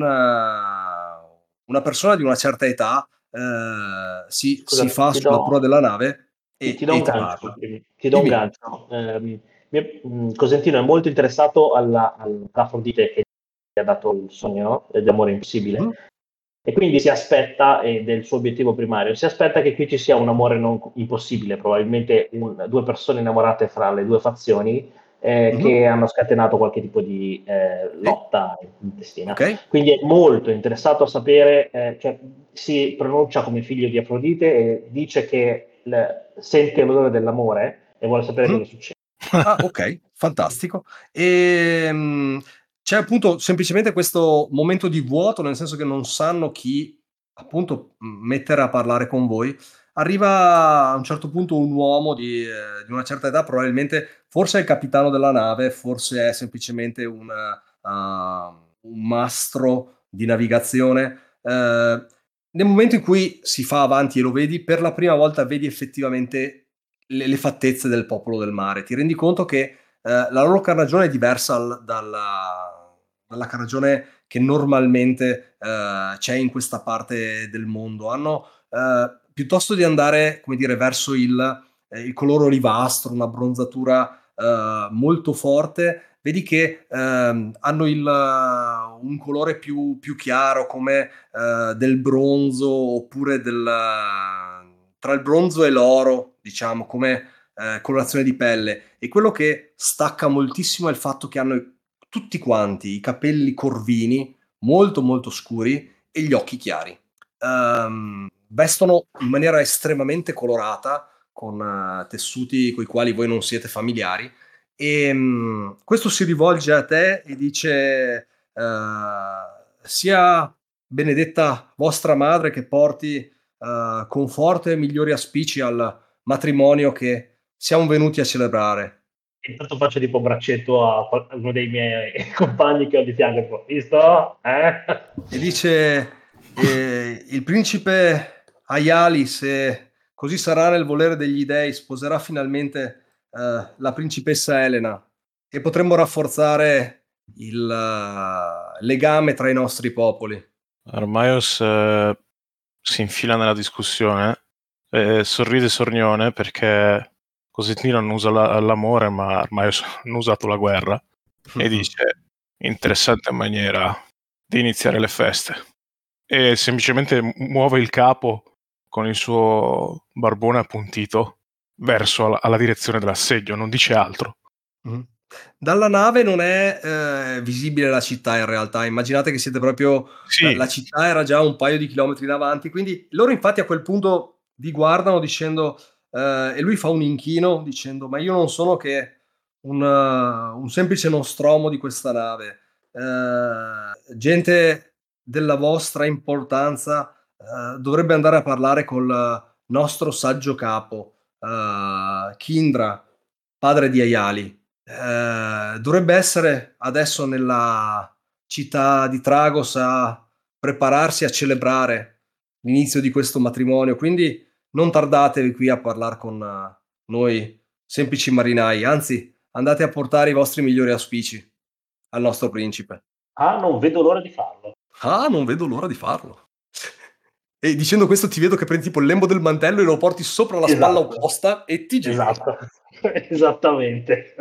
eh, una persona di una certa età eh, si, si Scusa, fa ti sulla proa do, della nave ti, ti e, do e un ti gancio, parla. ti do un Dimmi. gancio. Ehm, mio- mh, Cosentino è molto interessato alla, all'Afrodite che gli ha dato il sogno di amore impossibile Mhm. e quindi si aspetta, ed è il suo obiettivo primario, si aspetta che qui ci sia un amore non impossibile, probabilmente un- due persone innamorate fra le due fazioni eh, Mhm. che hanno scatenato qualche tipo di eh, Sì, lotta intestina. ok. Quindi è molto interessato a sapere, eh, cioè, si pronuncia come figlio di Afrodite e dice che l- sente l'odore dell'amore e vuole sapere Mhm. cosa succede. Ah, ok, fantastico. E mh, c'è appunto semplicemente questo momento di vuoto, nel senso che non sanno chi appunto mh, mettere a parlare con voi. Arriva a un certo punto un uomo di, eh, di una certa età, probabilmente forse è il capitano della nave, forse è semplicemente un, uh, un mastro di navigazione. eh, nel momento in cui si fa avanti e lo vedi, per la prima volta vedi effettivamente le, le fattezze del popolo del mare. Ti rendi conto che eh, la loro carnagione è diversa al, dalla, dalla carnagione che normalmente eh, c'è in questa parte del mondo. Hanno, eh, piuttosto di andare, come dire, verso il, eh, il colore olivastro, una bronzatura eh, molto forte, vedi che ehm, hanno il, uh, un colore più, più chiaro, come uh, del bronzo, oppure del, uh, tra il bronzo e l'oro, diciamo, come uh, colorazione di pelle. E quello che stacca moltissimo è il fatto che hanno tutti quanti i capelli corvini, molto molto scuri, e gli occhi chiari. Um, vestono in maniera estremamente colorata, con uh, tessuti con i quali voi non siete familiari, e um, questo si rivolge a te e dice uh, sia benedetta vostra madre che porti uh, conforto e migliori auspici al matrimonio che siamo venuti a celebrare. Intanto faccio tipo braccetto a uno dei miei compagni che ho di fianco, visto? Eh? E dice eh, il principe Ayali, se così sarà nel volere degli dei, sposerà finalmente Uh, la principessa Elena, e potremmo rafforzare il uh, legame tra i nostri popoli. Armaios eh, si infila nella discussione e sorride sornione, perché Cosentino non usa la, l'amore, ma Armaios hanno usato la guerra, e dice: interessante maniera di iniziare le feste. E semplicemente muove il capo con il suo barbone appuntito verso la, alla direzione dell'assedio, non dice altro. Mm. Dalla nave non è eh, visibile la città, in realtà. Immaginate che siete proprio Sì. la, la città era già un paio di chilometri in avanti, quindi loro infatti a quel punto vi guardano dicendo eh, e lui fa un inchino dicendo: ma io non sono che un, uh, un semplice nostromo di questa nave, eh, gente della vostra importanza eh, dovrebbe andare a parlare col nostro saggio capo, uh, Kindra, padre di Ayali. Eh, dovrebbe essere adesso nella città di Tragos a prepararsi a celebrare l'inizio di questo matrimonio, quindi non tardatevi qui a parlare con uh, noi semplici marinai, anzi andate a portare i vostri migliori auspici al nostro principe. Ah, non vedo l'ora di farlo. Ah, non vedo l'ora di farlo. E dicendo questo ti vedo che prendi tipo il lembo del mantello e lo porti sopra la Esatto. spalla opposta e ti giri. Esatto, esattamente.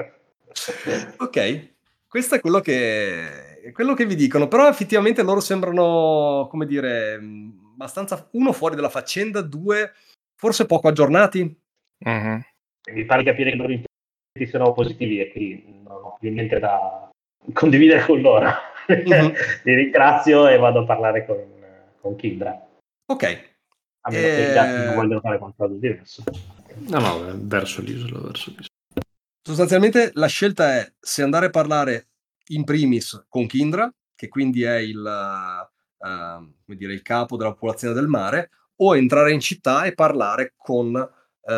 Ok, questo è quello che, quello che vi dicono, però effettivamente loro sembrano, come dire, abbastanza, uno fuori dalla faccenda, due forse poco aggiornati. Mm-hmm. Mi pare capire che i loro intenti sono positivi e quindi non ho più niente da condividere con loro. Mm-hmm. Li ringrazio e vado a parlare con, con Kindra. Ok. A meno che gli altri non vogliono fare qualcosa di diverso. No, no, verso l'isola, verso l'isola. Sostanzialmente la scelta è se andare a parlare in primis con Kindra, che quindi è il, uh, come dire, il capo della popolazione del mare, o entrare in città e parlare con uh,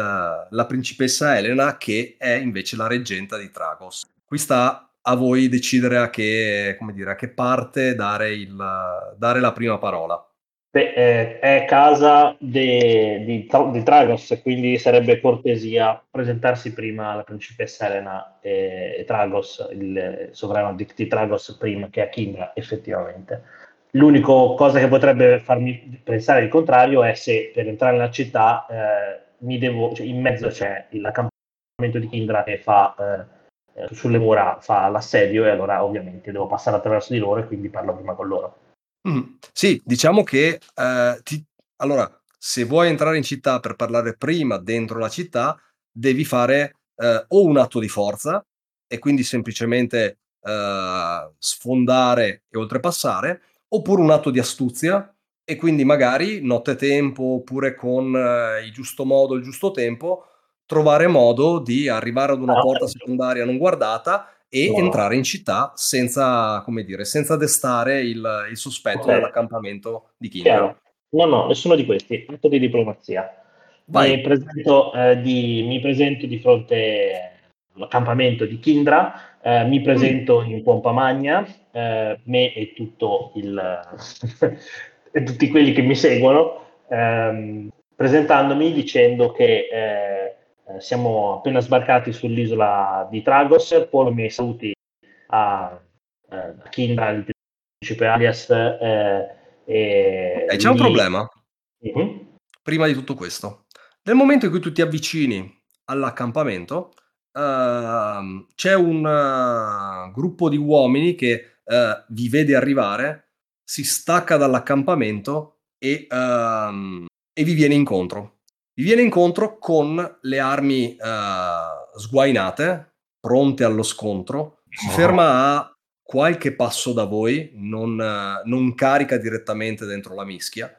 la principessa Elena, che è invece la reggenta di Tragos. Qui sta a voi decidere a che, come dire, a che parte dare, il, dare la prima parola. Beh, eh, è casa de, di, di Tragos, quindi sarebbe cortesia presentarsi prima alla principessa Elena e, e Tragos, il sovrano di, di Tragos, prima che a Kindra, effettivamente. L'unica cosa che potrebbe farmi pensare il contrario è se per entrare nella città eh, mi devo, cioè in mezzo c'è l'accampamento di Kindra che fa eh, sulle mura, fa l'assedio, e allora ovviamente devo passare attraverso di loro e quindi parlo prima con loro. Mm, sì, diciamo che eh, ti... allora, se vuoi entrare in città per parlare prima dentro la città, devi fare eh, o un atto di forza, e quindi semplicemente eh, sfondare e oltrepassare, oppure un atto di astuzia, e quindi magari nottetempo, oppure con eh, il giusto modo, il giusto tempo, trovare modo di arrivare ad una Ah, porta certo. secondaria non guardata e No. entrare in città senza, come dire, senza destare il, il sospetto Okay. dell'accampamento di Kindra. Chiaro. No, no, nessuno di questi. Atto di diplomazia. Vai. Mi presento, eh, di, mi presento di fronte all'accampamento di Kindra, eh, mi presento mm. in pompa magna, eh, me e tutto il e tutti quelli che mi seguono, ehm, presentandomi dicendo che eh, eh, siamo appena sbarcati sull'isola di Tragos, poi i miei saluti a, eh, a Kindra, il principe Alias, eh, e Eh, c'è un lì... problema. Mhm. Prima di tutto questo. Nel momento in cui tu ti avvicini all'accampamento, ehm, c'è un eh, gruppo di uomini che eh, vi vede arrivare, si stacca dall'accampamento e, ehm, e vi viene incontro. Vi viene incontro con le armi eh, sguainate, pronte allo scontro. Si ferma a qualche passo da voi, non, eh, non carica direttamente dentro la mischia.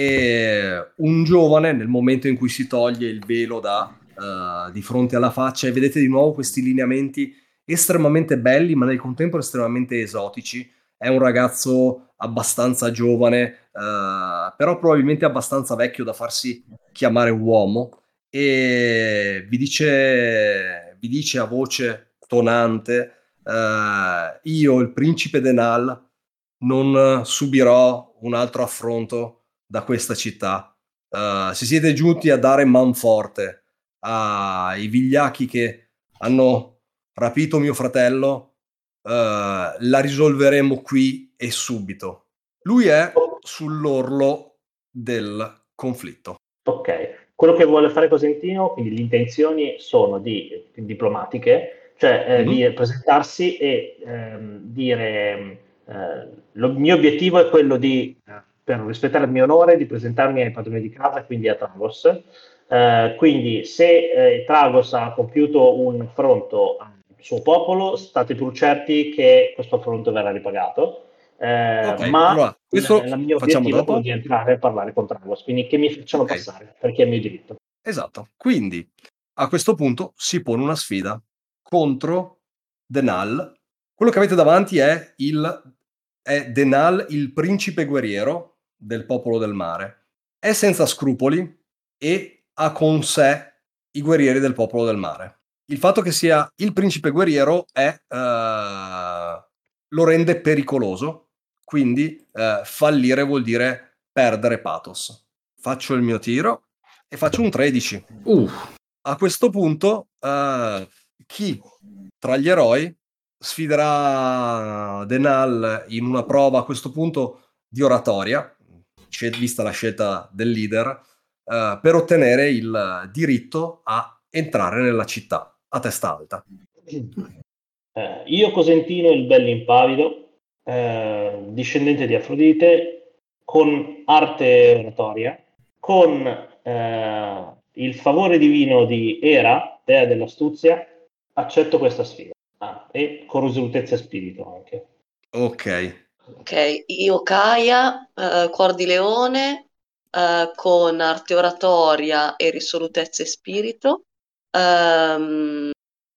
E un giovane, nel momento in cui si toglie il velo da uh, di fronte alla faccia, e vedete di nuovo questi lineamenti estremamente belli, ma nel contempo estremamente esotici. È un ragazzo abbastanza giovane, uh, però probabilmente abbastanza vecchio da farsi chiamare uomo, e vi dice, vi dice a voce tonante: uh, io, il principe Denal, non subirò un altro affronto da questa città. Uh, se siete giunti a dare manforte ai vigliacchi che hanno rapito mio fratello, uh, la risolveremo qui e subito. Lui è sull'orlo del conflitto. Ok, quello che vuole fare Cosentino, quindi le intenzioni sono di, diplomatiche, cioè eh, Mhm. di presentarsi e ehm, dire eh, lo- il mio obiettivo è quello di, eh, per rispettare il mio onore, di presentarmi ai padroni di casa, quindi a Tragos. Eh, quindi se eh, Tragos ha compiuto un affronto al suo popolo, state pur certi che questo affronto verrà ripagato. Eh, Ok, ma allora questo il mio facciamo obiettivo è quello dopo. di entrare e parlare con Tragos, quindi che mi facciano Ok, passare, perché è il mio diritto. esatto. Quindi a questo punto si pone una sfida contro Denal. Quello che avete davanti è il è Denal, il principe guerriero del popolo del mare. È senza scrupoli e ha con sé i guerrieri del popolo del mare. Il fatto che sia il principe guerriero è, eh, lo rende pericoloso, quindi eh, fallire vuol dire perdere pathos. Faccio il mio tiro e faccio un tredici. Uh, A questo punto, eh, chi tra gli eroi sfiderà Denal in una prova, a questo punto di oratoria, scel- vista la scelta del leader, eh, per ottenere il diritto a entrare nella città a testa alta. Eh, io Cosentino, il bello impavido, eh, discendente di Afrodite, con arte oratoria, con eh, il favore divino di Era, dea dell'astuzia, accetto questa sfida. Ah, e con risolutezza e spirito anche. Ok, Ok, io Kaia, eh, Cuor di Leone, eh, con arte oratoria e risolutezza e spirito, ehm,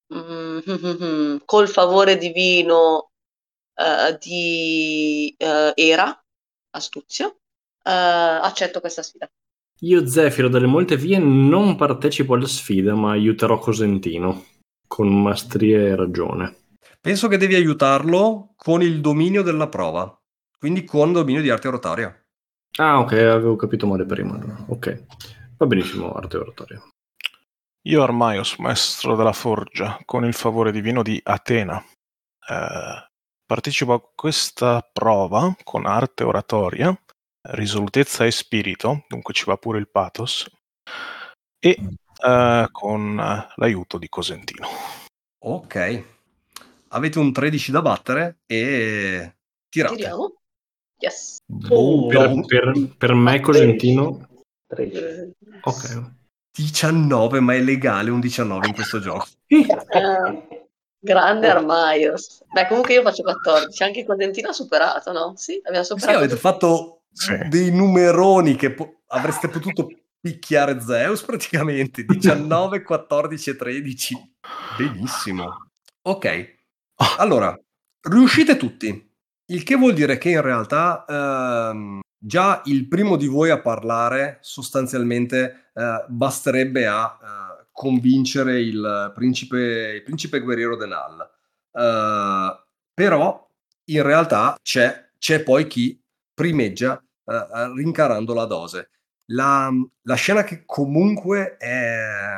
mm, col favore divino eh, di eh, Era, astuzia, eh, accetto questa sfida. io Zefiro delle molte vie non partecipo alla sfida, ma aiuterò Cosentino con mastria e ragione. penso che devi aiutarlo con il dominio della prova, quindi con dominio di arte oratoria. Ah, ok, avevo capito male prima. Allora. Ok, va benissimo, arte oratoria. Io Armaios, maestro della forgia, con il favore divino di Atena, eh, partecipo a questa prova con arte oratoria, risolutezza e spirito, dunque ci va pure il pathos, e eh, con eh, l'aiuto di Cosentino. Ok, avete un tredici da battere e tirate. Tiriamo? Yes. Oh, Per, no. per, per me Cosentino... tredici. Eh, Ok. diciannove, ma è legale un diciannove in questo gioco. eh, grande Armaios. Beh, comunque io faccio quattordici, anche Cosentino ha superato, no? Sì, abbiamo Sì, superato avete tutti. fatto Sì. dei numeroni che po- avreste potuto picchiare Zeus praticamente. diciannove, quattordici e tredici. Benissimo. Ok, allora, riuscite tutti. Il che vuol dire che in realtà ehm, già il primo di voi a parlare sostanzialmente eh, basterebbe a eh, convincere il principe, il principe guerriero Denal. Eh, però in realtà c'è, c'è poi chi primeggia uh, rincarando la dose. La, la scena che comunque è,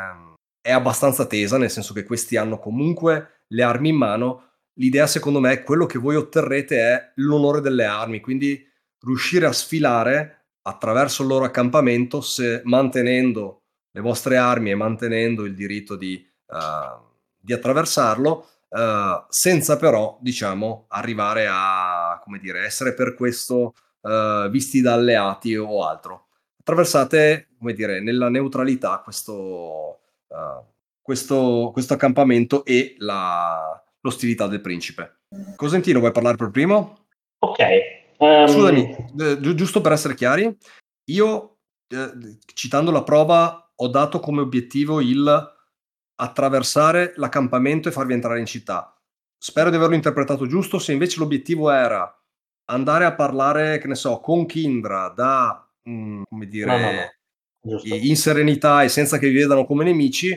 è abbastanza tesa, nel senso che questi hanno comunque le armi in mano. L'idea, secondo me, è quello che voi otterrete è l'onore delle armi, quindi riuscire a sfilare attraverso il loro accampamento, se, mantenendo le vostre armi e mantenendo il diritto di, uh, di attraversarlo, uh, senza però, diciamo, arrivare a, come dire, essere per questo uh, visti da alleati o altro. Attraversate, come dire, nella neutralità questo, uh, questo, questo accampamento e la, l'ostilità del principe. Cosentino, vuoi parlare per primo? Ok. Um... Scusami, eh, gi- giusto per essere chiari, io, eh, citando la prova, ho dato come obiettivo il attraversare l'accampamento e farvi entrare in città. Spero di averlo interpretato giusto. Se invece l'obiettivo era andare a parlare, che ne so, con Kindra da... Mm, come dire, no, no, no. Giusto. in serenità e senza che vi vedano come nemici,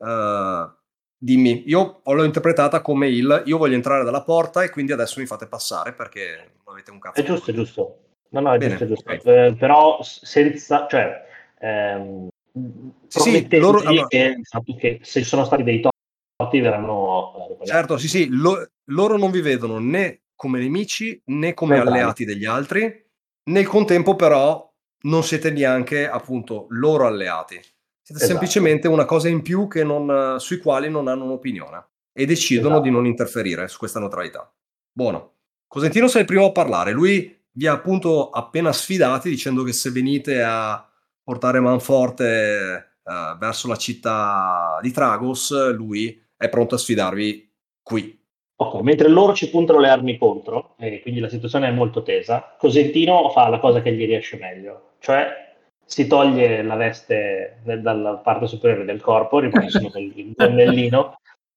uh, dimmi. Io l'ho interpretata come il io voglio entrare dalla porta e quindi adesso mi fate passare perché non avete un cazzo. È giusto, è giusto. No, no, è Bene, giusto, è giusto. okay. Eh, però senza, cioè, ehm, sì, sì, loro, allora, che, che se sono stati dei torti verranno eh, certo, sì, sì, lo, loro non vi vedono né come nemici né come Neutrali. alleati degli altri. Nel contempo però non siete neanche appunto loro alleati, siete Esatto. semplicemente una cosa in più che non, sui quali non hanno un'opinione e decidono Esatto. di non interferire su questa neutralità. Buono. Cosentino sei il primo a parlare, lui vi ha appunto appena sfidati dicendo che se venite a portare manforte uh, verso la città di Tragos, lui è pronto a sfidarvi qui. Ok, mentre loro ci puntano le armi contro, e quindi la situazione è molto tesa, Cosentino fa la cosa che gli riesce meglio, cioè si toglie la veste dalla parte superiore del corpo, rimane solo con il gonnellino,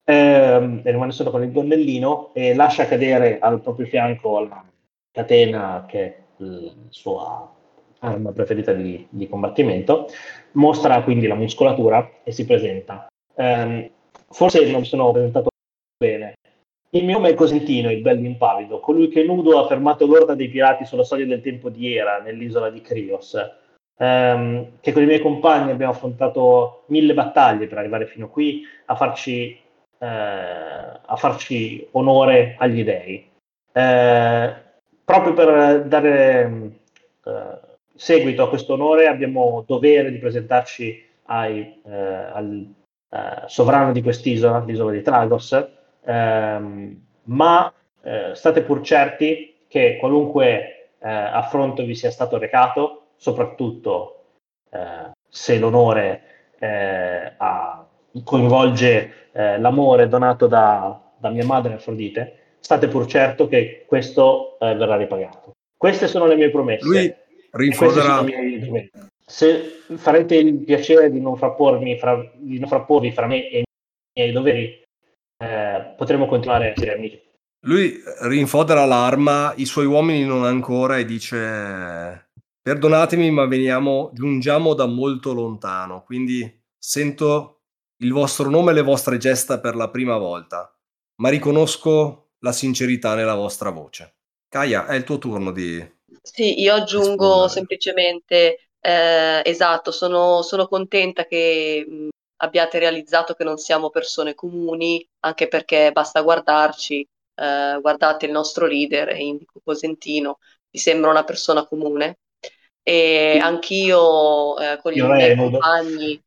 ehm, e rimane solo con il gonnellino e lascia cadere al proprio fianco la catena che è la sua arma preferita di, di combattimento, mostra quindi la muscolatura e si presenta. Um, forse non mi sono presentato bene. Il mio nome è Cosentino, il bell'impavido, colui che nudo ha fermato l'orda dei pirati sulla soglia del tempo di Era, nell'isola di Krios, ehm, che con i miei compagni abbiamo affrontato mille battaglie per arrivare fino qui a farci, eh, a farci onore agli dei. Eh, proprio per dare eh, seguito a questo onore abbiamo dovere di presentarci ai, eh, al eh, sovrano di quest'isola, l'isola di Tragos, ehm, ma eh, state pur certi che qualunque eh, affronto vi sia stato recato, soprattutto eh, se l'onore eh, a, coinvolge eh, l'amore donato da, da mia madre Afrodite, state pur certo che questo eh, verrà ripagato. Queste sono le mie promesse. Lui rinfordera... E questi sono i miei doveri. Se farete il piacere di non frappormi fra, di non frapporvi fra me e i miei doveri, eh, potremo continuare a essere amici. Lui rinfodera l'arma, i suoi uomini non ancora, e dice: perdonatemi, ma veniamo, giungiamo da molto lontano, quindi sento il vostro nome e le vostre gesta per la prima volta, ma riconosco la sincerità nella vostra voce. Kaia, è il tuo turno di... Sì, io aggiungo rispondere. semplicemente, eh, esatto, sono, sono contenta che mh, abbiate realizzato che non siamo persone comuni, anche perché basta guardarci, eh, guardate il nostro leader, e indico Cosentino, mi sembra una persona comune. E anch'io eh, con i Io miei remudo. compagni,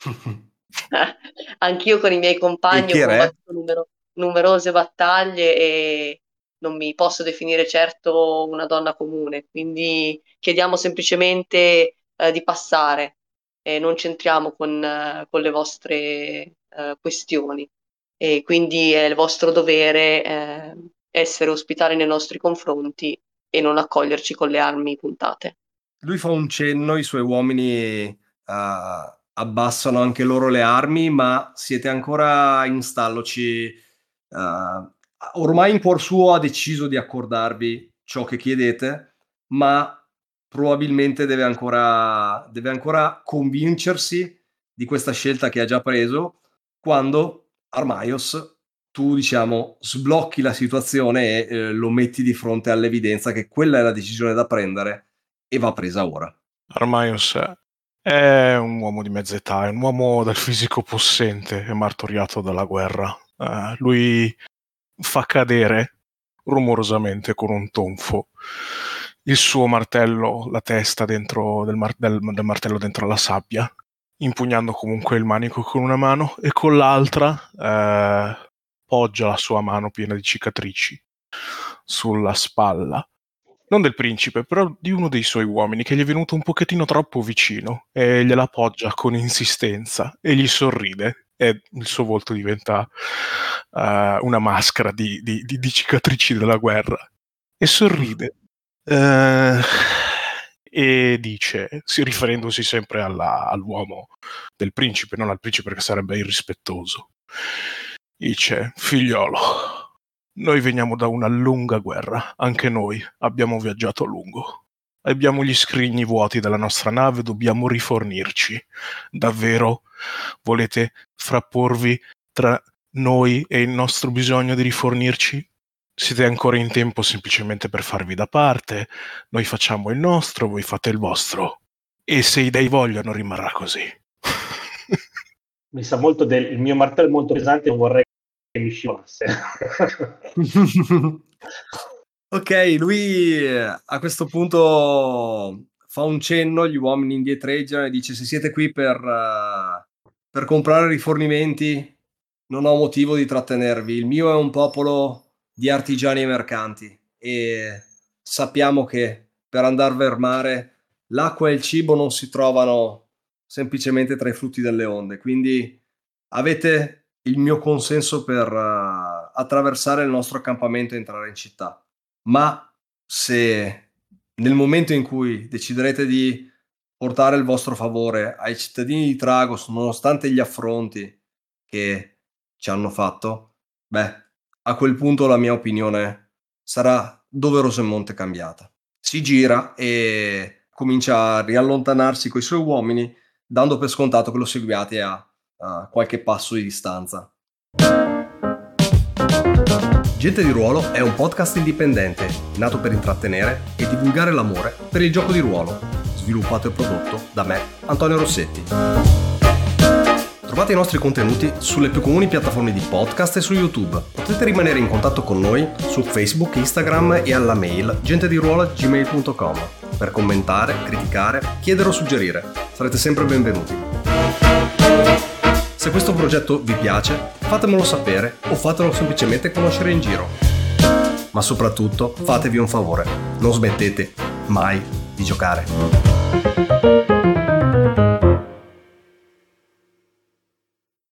anch'io con i miei compagni E chi ho è re? combattuto numero- numerose battaglie e non mi posso definire certo una donna comune, quindi chiediamo semplicemente eh, di passare e non c'entriamo con, eh, con le vostre eh, questioni. E quindi è il vostro dovere eh, essere ospitali nei nostri confronti e non accoglierci con le armi puntate. Lui fa un cenno, i suoi uomini uh, abbassano anche loro le armi, ma siete ancora in stallo. Ci, uh, ormai in cuor suo ha deciso di accordarvi ciò che chiedete, ma probabilmente deve ancora, deve ancora convincersi di questa scelta che ha già preso, quando Armaios tu, diciamo, sblocchi la situazione e eh, lo metti di fronte all'evidenza che quella è la decisione da prendere e va presa ora. Armaios è un uomo di mezza età, è un uomo dal fisico possente e martoriato dalla guerra. Uh, lui fa cadere rumorosamente con un tonfo il suo martello, la testa dentro del, mar- del, del martello dentro la sabbia, impugnando comunque il manico con una mano e con l'altra eh, poggia la sua mano piena di cicatrici sulla spalla, non del principe, però di uno dei suoi uomini che gli è venuto un pochettino troppo vicino e gliela poggia con insistenza e gli sorride e il suo volto diventa uh, una maschera di, di, di, di cicatrici della guerra e sorride uh, e dice, si, riferendosi sempre alla, all'uomo del principe, non al principe perché sarebbe irrispettoso, dice: figliolo, noi veniamo da una lunga guerra, anche noi abbiamo viaggiato a lungo. Abbiamo gli scrigni vuoti della nostra nave, dobbiamo rifornirci. Davvero volete frapporvi tra noi e il nostro bisogno di rifornirci? Siete ancora in tempo semplicemente per farvi da parte. Noi facciamo il nostro, voi fate il vostro. E se i dei vogliono rimarrà così. Mi sa molto del il mio martello è molto pesante, non vorrei che mi scivolasse. Ok, lui a questo punto fa un cenno, gli uomini indietreggiano e dice: se siete qui per, uh, per comprare rifornimenti, non ho motivo di trattenervi. Il mio è un popolo di artigiani e mercanti e sappiamo che per andare ver mare l'acqua e il cibo non si trovano semplicemente tra i flutti delle onde, quindi avete il mio consenso per uh, attraversare il nostro accampamento e entrare in città. Ma se nel momento in cui deciderete di portare il vostro favore ai cittadini di Tragos, nonostante gli affronti che ci hanno fatto, beh, a quel punto la mia opinione sarà doverosamente cambiata. Si gira e comincia a riallontanarsi coi suoi uomini, dando per scontato che lo seguiate a, a qualche passo di distanza. Gente di Ruolo è un podcast indipendente, nato per intrattenere e divulgare l'amore per il gioco di ruolo, sviluppato e prodotto da me, Antonio Rossetti. Trovate i nostri contenuti sulle più comuni piattaforme di podcast e su YouTube. Potete rimanere in contatto con noi su Facebook, Instagram e alla mail gentediruolo chiocciola gmail punto com per commentare, criticare, chiedere o suggerire. Sarete sempre benvenuti. Se questo progetto vi piace, fatemelo sapere o fatelo semplicemente conoscere in giro. Ma soprattutto fatevi un favore, non smettete mai di giocare.